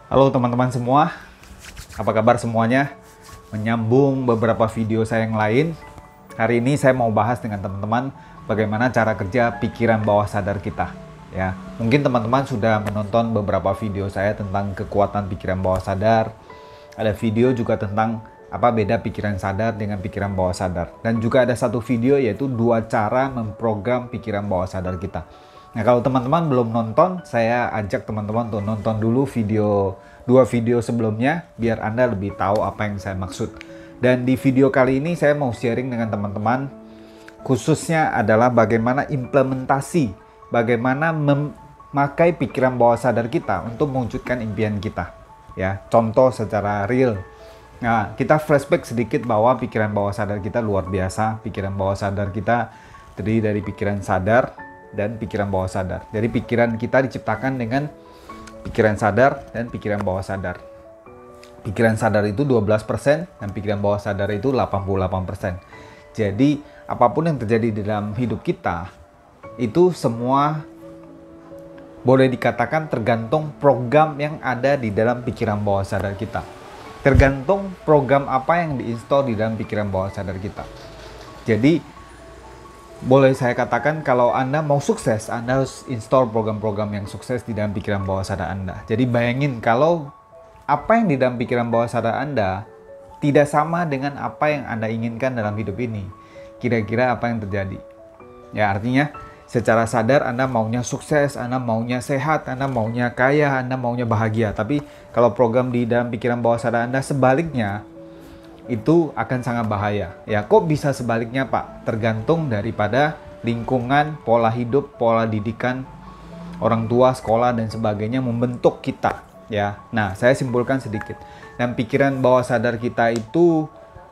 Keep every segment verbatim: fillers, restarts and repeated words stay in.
Halo teman-teman semua, apa kabar semuanya? Menyambung beberapa video saya yang lain, hari ini saya mau bahas dengan teman-teman bagaimana cara kerja pikiran bawah sadar kita. Ya, mungkin teman-teman sudah menonton beberapa video saya tentang kekuatan pikiran bawah sadar. Ada video juga tentang apa beda pikiran sadar dengan pikiran bawah sadar. Dan juga ada satu video yaitu dua cara memprogram pikiran bawah sadar kita. Nah, kalau teman-teman belum nonton, saya ajak teman-teman untuk nonton dulu video dua video sebelumnya biar Anda lebih tahu apa yang saya maksud. Dan di video kali ini saya mau sharing dengan teman-teman khususnya adalah bagaimana implementasi, bagaimana memakai pikiran bawah sadar kita untuk mewujudkan impian kita. Ya, contoh secara real. Nah, kita flashback sedikit bahwa pikiran bawah sadar kita luar biasa. Pikiran bawah sadar kita terdiri dari pikiran sadar dan pikiran bawah sadar. Jadi pikiran kita diciptakan dengan pikiran sadar dan pikiran bawah sadar. Pikiran sadar itu dua belas persen dan pikiran bawah sadar itu delapan puluh delapan persen. Jadi apapun yang terjadi di dalam hidup kita itu semua boleh dikatakan tergantung program yang ada di dalam pikiran bawah sadar kita. Tergantung program apa yang diinstal di dalam pikiran bawah sadar kita. Jadi boleh saya katakan kalau Anda mau sukses, Anda harus install program-program yang sukses di dalam pikiran bawah sadar Anda. Jadi bayangin kalau apa yang di dalam pikiran bawah sadar Anda tidak sama dengan apa yang Anda inginkan dalam hidup ini. Kira-kira apa yang terjadi? Ya, artinya secara sadar Anda maunya sukses, Anda maunya sehat, Anda maunya kaya, Anda maunya bahagia. Tapi kalau program di dalam pikiran bawah sadar Anda sebaliknya, itu akan sangat bahaya. Ya, kok bisa sebaliknya, Pak? Tergantung daripada lingkungan, pola hidup, pola didikan, orang tua, sekolah, dan sebagainya membentuk kita. Ya, nah saya simpulkan sedikit. Dan pikiran bawah sadar kita itu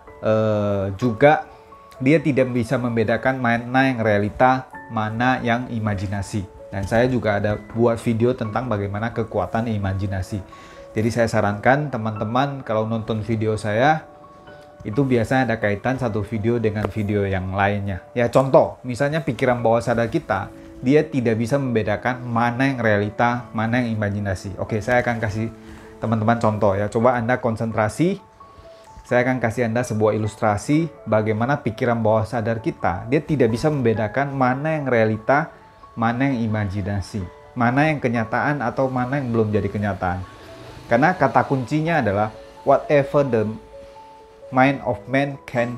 eh, juga dia tidak bisa membedakan mana yang realita, mana yang imajinasi. Dan saya juga ada buat video tentang bagaimana kekuatan imajinasi. Jadi saya sarankan teman-teman kalau nonton video saya, itu biasanya ada kaitan satu video dengan video yang lainnya. Ya, contoh, misalnya pikiran bawah sadar kita, dia tidak bisa membedakan mana yang realita, mana yang imajinasi. Oke, saya akan kasih teman-teman contoh ya. Coba Anda konsentrasi. Saya akan kasih Anda sebuah ilustrasi bagaimana pikiran bawah sadar kita, dia tidak bisa membedakan mana yang realita, mana yang imajinasi, mana yang kenyataan atau mana yang belum jadi kenyataan. Karena kata kuncinya adalah whatever the mind of man can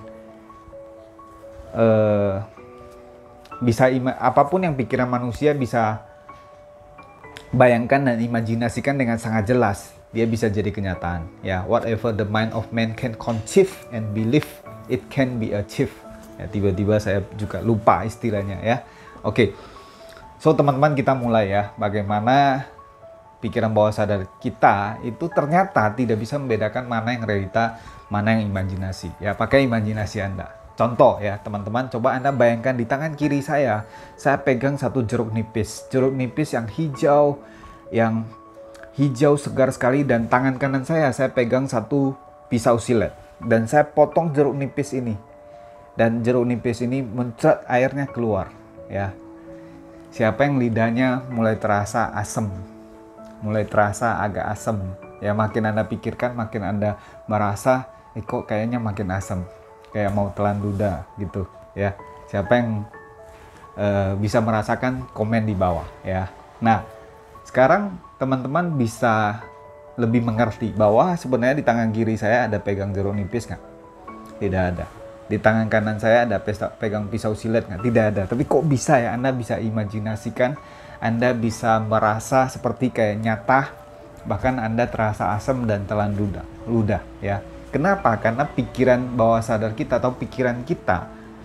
uh, bisa ima, apapun yang pikiran manusia bisa bayangkan dan imajinasikan dengan sangat jelas, dia bisa jadi kenyataan. Ya, whatever the mind of man can conceive and believe, it can be achieved. Ya, tiba-tiba saya juga lupa istilahnya ya. Oke, so teman-teman kita mulai ya, bagaimana pikiran bawah sadar kita itu ternyata tidak bisa membedakan mana yang realita, mana yang imajinasi. Ya, pakai imajinasi Anda. Contoh ya, teman-teman, coba Anda bayangkan di tangan kiri saya, saya pegang satu jeruk nipis. Jeruk nipis yang hijau, yang hijau segar sekali, dan tangan kanan saya, saya pegang satu pisau silet. Dan saya potong jeruk nipis ini. Dan jeruk nipis ini muncrat airnya keluar. Ya, siapa yang lidahnya mulai terasa asam? Mulai terasa agak asam. Ya, makin Anda pikirkan, makin Anda merasa, eh, kok kayaknya makin asam, kayak mau telan ludah gitu ya. Siapa yang uh, bisa merasakan, komen di bawah ya. Nah, sekarang teman-teman bisa lebih mengerti bahwa sebenarnya di tangan kiri saya ada pegang jeruk nipis nggak? Tidak ada. Di tangan kanan saya ada pesta, pegang pisau silet nggak? Tidak ada. Tapi kok bisa ya? Anda bisa imajinasikan, Anda bisa merasa seperti kayak nyata, bahkan Anda terasa asam dan telan ludah, ludah ya. Kenapa? Karena pikiran bawah sadar kita atau pikiran kita,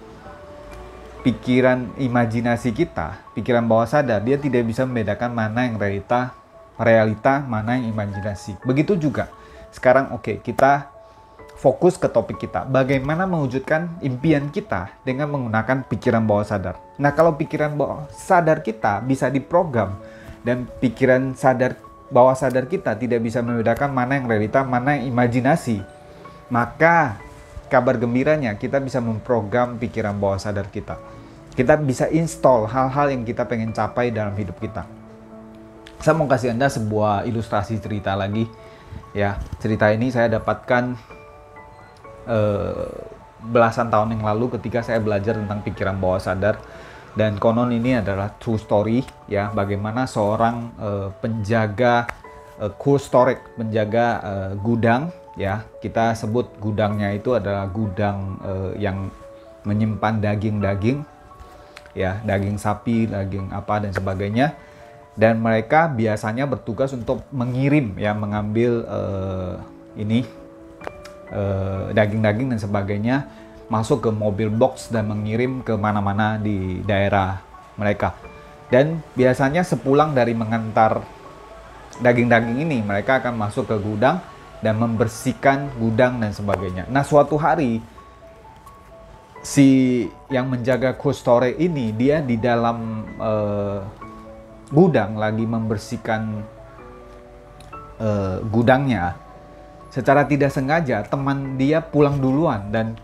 pikiran imajinasi kita, pikiran bawah sadar, dia tidak bisa membedakan mana yang realita, realita, mana yang imajinasi. Begitu juga sekarang, oke, okay, kita fokus ke topik kita. Bagaimana mewujudkan impian kita dengan menggunakan pikiran bawah sadar. Nah, kalau pikiran bawah sadar kita bisa diprogram dan pikiran sadar bawah sadar kita tidak bisa membedakan mana yang realita, mana yang imajinasi, maka kabar gembiranya kita bisa memprogram pikiran bawah sadar kita. Kita bisa install hal-hal yang kita pengen capai dalam hidup kita. Saya mau kasih Anda sebuah ilustrasi cerita lagi. Ya, cerita ini saya dapatkan eh, belasan tahun yang lalu ketika saya belajar tentang pikiran bawah sadar, dan konon ini adalah true story ya, bagaimana seorang eh, penjaga eh, cold storage, penjaga eh, gudang ya, kita sebut gudangnya itu adalah gudang eh, yang menyimpan daging-daging ya, daging sapi, daging apa dan sebagainya. Dan mereka biasanya bertugas untuk mengirim ya, mengambil uh, ini daging-daging uh, dan sebagainya masuk ke mobil box dan mengirim ke mana-mana di daerah mereka. Dan biasanya sepulang dari mengantar daging-daging ini, mereka akan masuk ke gudang dan membersihkan gudang dan sebagainya. Nah, suatu hari si yang menjaga cold storage ini, dia di dalam uh, gudang lagi membersihkan uh, gudangnya. Secara tidak sengaja teman dia pulang duluan dan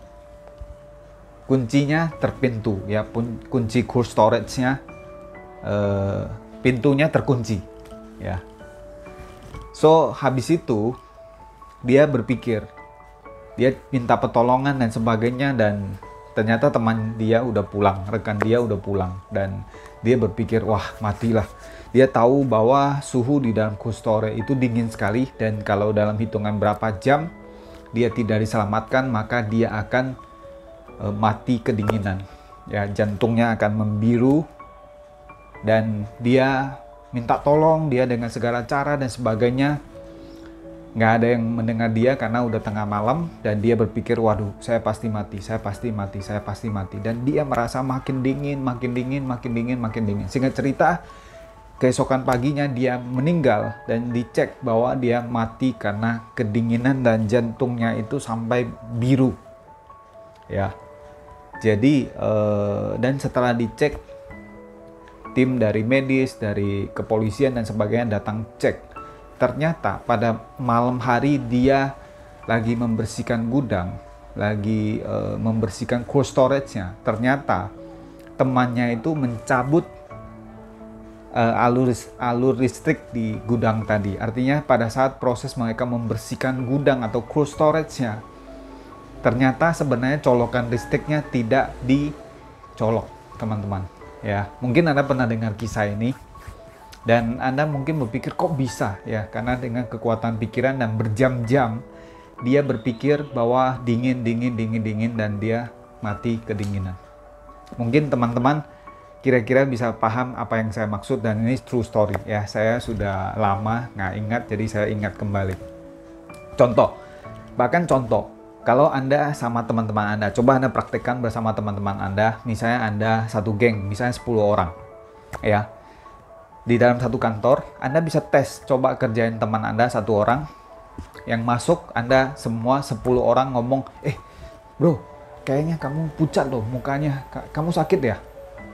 kuncinya terpintu ya, kunci cold storage-nya uh, pintunya terkunci ya. So habis itu dia berpikir, dia minta pertolongan dan sebagainya, dan ternyata teman dia udah pulang, rekan dia udah pulang, dan dia berpikir, wah matilah. Dia tahu bahwa suhu di dalam cold storage itu dingin sekali, dan kalau dalam hitungan berapa jam dia tidak diselamatkan, maka dia akan e, mati kedinginan. Ya, jantungnya akan membiru, dan dia minta tolong, dia dengan segala cara dan sebagainya. Nggak ada yang mendengar dia karena udah tengah malam, dan dia berpikir, waduh, saya pasti mati, saya pasti mati, saya pasti mati. Dan dia merasa makin dingin, makin dingin, makin dingin, makin dingin. Singkat cerita, keesokan paginya dia meninggal dan dicek bahwa dia mati karena kedinginan dan jantungnya itu sampai biru. Ya, jadi eh, dan setelah dicek, tim dari medis, dari kepolisian dan sebagainya datang cek. Ternyata pada malam hari dia lagi membersihkan gudang, lagi e, membersihkan cold storage-nya. Ternyata temannya itu mencabut e, alur, alur listrik di gudang tadi. Artinya pada saat proses mereka membersihkan gudang atau cold storage-nya, ternyata sebenarnya colokan listriknya tidak dicolok, teman-teman. Ya, mungkin Anda pernah dengar kisah ini. Dan Anda mungkin berpikir, kok bisa ya, karena dengan kekuatan pikiran dan berjam-jam dia berpikir bahwa dingin, dingin, dingin, dingin, dan dia mati kedinginan. Mungkin teman-teman kira-kira bisa paham apa yang saya maksud, dan ini true story ya. Saya sudah lama nggak ingat, jadi saya ingat kembali. Contoh, bahkan contoh, kalau Anda sama teman-teman Anda, coba Anda praktekkan bersama teman-teman Anda. Misalnya Anda satu geng, misalnya sepuluh orang ya. Di dalam satu kantor, Anda bisa tes, coba kerjain teman Anda satu orang. Yang masuk, Anda semua sepuluh orang ngomong, eh bro, kayaknya kamu pucat loh mukanya, kamu sakit ya?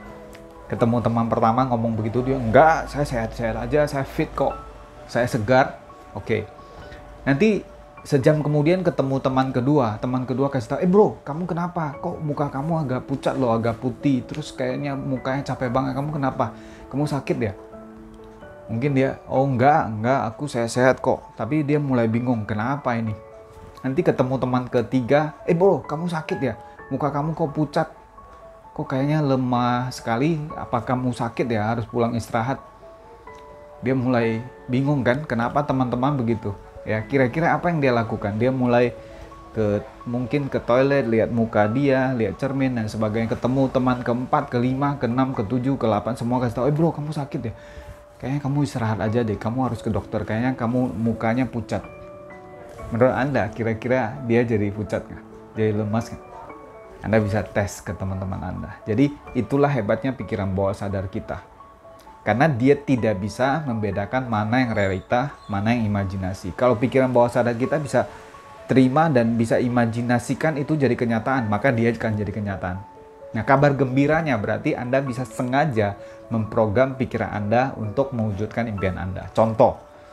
Ketemu teman pertama ngomong begitu, dia, enggak, saya sehat-sehat aja, saya fit kok, saya segar. Oke, nanti sejam kemudian ketemu teman kedua, teman kedua kasih tahu, eh bro, kamu kenapa? Kok muka kamu agak pucat loh, agak putih, terus kayaknya mukanya capek banget, kamu kenapa? Kamu sakit ya? Mungkin dia, oh enggak, enggak, aku sehat-sehat kok. Tapi dia mulai bingung, kenapa ini? Nanti ketemu teman ketiga, eh bro, kamu sakit ya? Muka kamu kok pucat? Kok kayaknya lemah sekali? Apa kamu sakit ya? Harus pulang istirahat? Dia mulai bingung kan, kenapa teman-teman begitu? Ya, kira-kira apa yang dia lakukan? Dia mulai ke mungkin ke toilet, lihat muka dia, lihat cermin dan sebagainya. Ketemu teman keempat, kelima, keenam, ketujuh, kedelapan, semua kasih tahu, eh bro, kamu sakit ya? Kayaknya kamu istirahat aja deh, kamu harus ke dokter, kayaknya kamu mukanya pucat. Menurut Anda, kira-kira dia jadi pucat nggak? Jadi lemas nggak? Anda bisa tes ke teman-teman Anda. Jadi itulah hebatnya pikiran bawah sadar kita. Karena dia tidak bisa membedakan mana yang realita, mana yang imajinasi. Kalau pikiran bawah sadar kita bisa terima dan bisa imajinasikan itu jadi kenyataan, maka dia akan jadi kenyataan. Nah, kabar gembiranya berarti Anda bisa sengaja memprogram pikiran Anda untuk mewujudkan impian Anda. Contoh,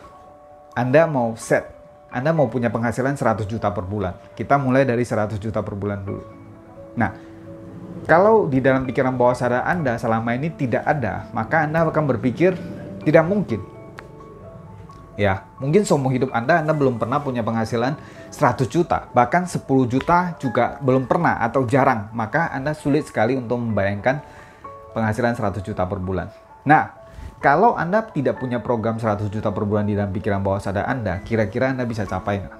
Anda mau set, Anda mau punya penghasilan seratus juta per bulan. Kita mulai dari seratus juta per bulan dulu. Nah, kalau di dalam pikiran bawah sadar Anda selama ini tidak ada, maka Anda akan berpikir tidak mungkin. Ya, mungkin seumur hidup Anda, Anda belum pernah punya penghasilan seratus juta, bahkan sepuluh juta juga belum pernah atau jarang. Maka Anda sulit sekali untuk membayangkan penghasilan seratus juta per bulan. Nah, kalau Anda tidak punya program seratus juta per bulan di dalam pikiran bawah sadar Anda, kira-kira Anda bisa capai nggak?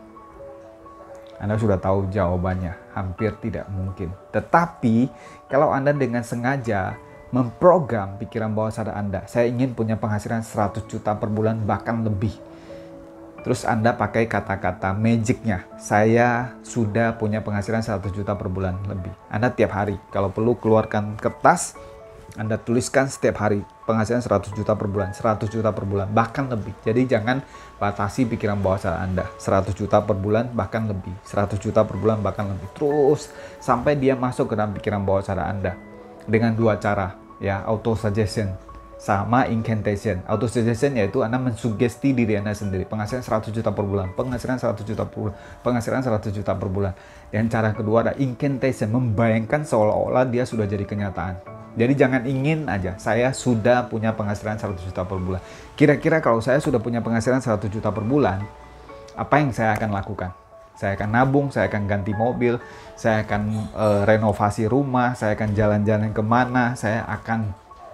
Anda sudah tahu jawabannya, hampir tidak mungkin. Tetapi, kalau Anda dengan sengaja memprogram pikiran bawah sadar Anda, saya ingin punya penghasilan seratus juta per bulan bahkan lebih. Terus Anda pakai kata-kata magicnya, saya sudah punya penghasilan seratus juta per bulan lebih. Anda tiap hari, kalau perlu keluarkan kertas, Anda tuliskan setiap hari penghasilan seratus juta per bulan, seratus juta per bulan, bahkan lebih. Jadi jangan batasi pikiran bawah sadar Anda, seratus juta per bulan bahkan lebih, seratus juta per bulan bahkan lebih. Terus sampai dia masuk ke dalam pikiran bawah sadar Anda dengan dua cara, ya, auto suggestion sama incantation. Auto suggestion yaitu Anda mensugesti diri Anda sendiri, penghasilan seratus juta per bulan, penghasilan seratus juta per bulan, penghasilan seratus juta per bulan. Dan cara kedua ada incantation, membayangkan seolah-olah dia sudah jadi kenyataan. Jadi jangan ingin aja, saya sudah punya penghasilan seratus juta per bulan. Kira-kira kalau saya sudah punya penghasilan seratus juta per bulan, apa yang saya akan lakukan? Saya akan nabung, saya akan ganti mobil, saya akan uh, renovasi rumah, saya akan jalan-jalan kemana, saya akan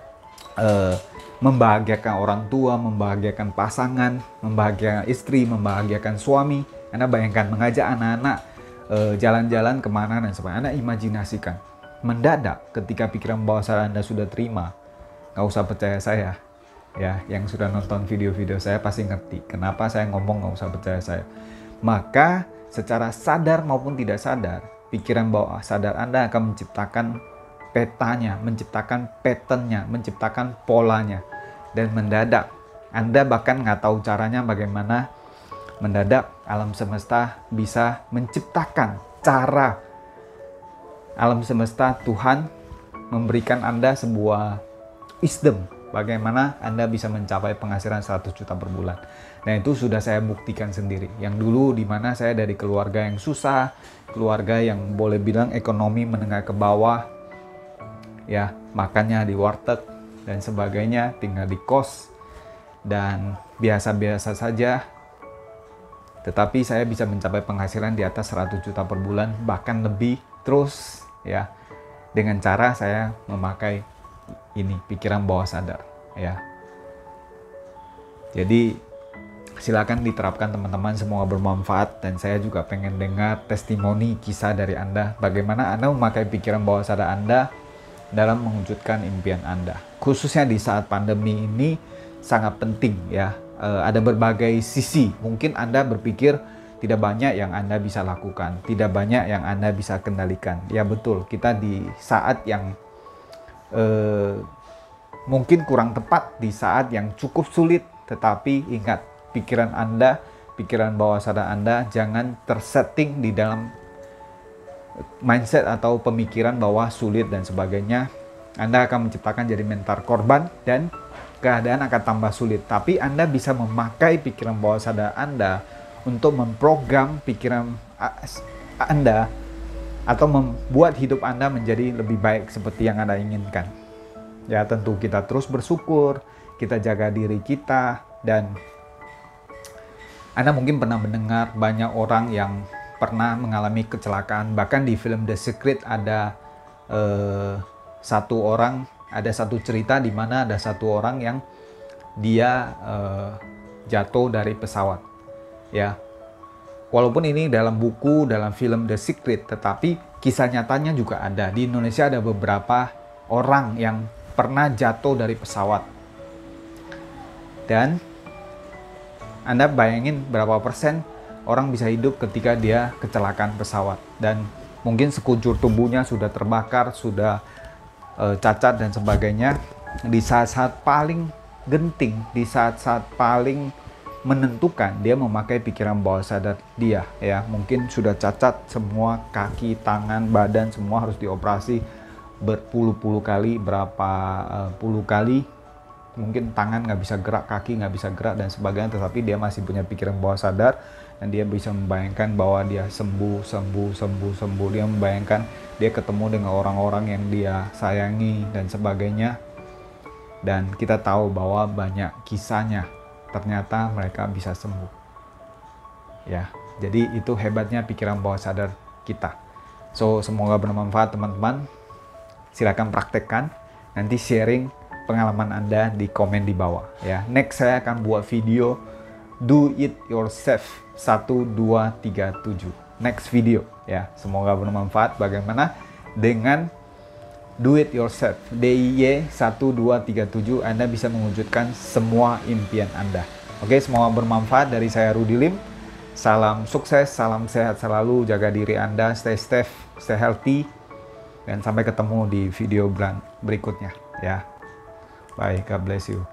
uh, membahagiakan orang tua, membahagiakan pasangan, membahagiakan istri, membahagiakan suami. Anda bayangkan mengajak anak-anak uh, jalan-jalan kemana dan sebagainya. Anda imajinasikan. Mendadak ketika pikiran bawah sadar Anda sudah terima, nggak usah percaya saya, ya, yang sudah nonton video-video saya pasti ngerti kenapa saya ngomong nggak usah percaya saya. Maka secara sadar maupun tidak sadar, pikiran bawah sadar Anda akan menciptakan petanya, menciptakan patternnya, menciptakan polanya. Dan mendadak, Anda bahkan nggak tahu caranya bagaimana, mendadak alam semesta bisa menciptakan cara. Alam semesta, Tuhan memberikan Anda sebuah wisdom bagaimana Anda bisa mencapai penghasilan seratus juta per bulan. Nah, itu sudah saya buktikan sendiri. Yang dulu di mana saya dari keluarga yang susah, keluarga yang boleh bilang ekonomi menengah ke bawah, ya, makannya di warteg dan sebagainya, tinggal di kos dan biasa-biasa saja. Tetapi saya bisa mencapai penghasilan di atas seratus juta per bulan, bahkan lebih. Terus, ya, dengan cara saya memakai ini, pikiran bawah sadar, ya. Jadi, silakan diterapkan teman-teman, semoga bermanfaat. Dan saya juga pengen dengar testimoni kisah dari Anda, bagaimana Anda memakai pikiran bawah sadar Anda dalam mewujudkan impian Anda. Khususnya di saat pandemi ini sangat penting, ya. E, ada berbagai sisi. Mungkin Anda berpikir tidak banyak yang Anda bisa lakukan, tidak banyak yang Anda bisa kendalikan. Ya betul, kita di saat yang eh, mungkin kurang tepat, di saat yang cukup sulit. Tetapi ingat, pikiran Anda, pikiran bawah sadar Anda jangan tersetting di dalam mindset atau pemikiran bahwa sulit dan sebagainya. Anda akan menciptakan jadi mental korban dan keadaan akan tambah sulit. Tapi Anda bisa memakai pikiran bawah sadar Anda untuk memprogram pikiran Anda atau membuat hidup Anda menjadi lebih baik seperti yang Anda inginkan. Ya, tentu kita terus bersyukur, kita jaga diri kita. Dan Anda mungkin pernah mendengar banyak orang yang pernah mengalami kecelakaan. Bahkan di film The Secret ada eh, satu orang, ada satu cerita di mana ada satu orang yang dia eh, jatuh dari pesawat. Ya, walaupun ini dalam buku, dalam film The Secret, tetapi kisah nyatanya juga ada. Di Indonesia ada beberapa orang yang pernah jatuh dari pesawat. Dan Anda bayangin berapa persen orang bisa hidup ketika dia kecelakaan pesawat. Dan mungkin sekujur tubuhnya sudah terbakar, sudah e, cacat dan sebagainya. Di saat-saat paling genting, di saat-saat paling menentukan, dia memakai pikiran bawah sadar dia, ya, mungkin sudah cacat semua, kaki, tangan, badan semua harus dioperasi berpuluh-puluh kali, berapa uh, puluh kali, mungkin tangan nggak bisa gerak, kaki nggak bisa gerak dan sebagainya, tetapi dia masih punya pikiran bawah sadar dan dia bisa membayangkan bahwa dia sembuh, sembuh, sembuh, sembuh. Dia membayangkan dia ketemu dengan orang-orang yang dia sayangi dan sebagainya. Dan kita tahu bahwa banyak kisahnya ternyata mereka bisa sembuh. Ya, jadi itu hebatnya pikiran bawah sadar kita. So, semoga bermanfaat teman-teman. Silakan praktekkan, nanti sharing pengalaman Anda di komen di bawah ya. Next saya akan buat video do it yourself satu dua tiga tujuh. Next video ya. Semoga bermanfaat bagaimana dengan do it yourself. D I Y satu dua tiga tujuh Anda bisa mewujudkan semua impian Anda. Oke, semoga bermanfaat. Dari saya Rudy Lim. Salam sukses, salam sehat selalu, jaga diri Anda, stay safe, stay healthy. Dan sampai ketemu di video berikutnya ya. Bye, God bless you.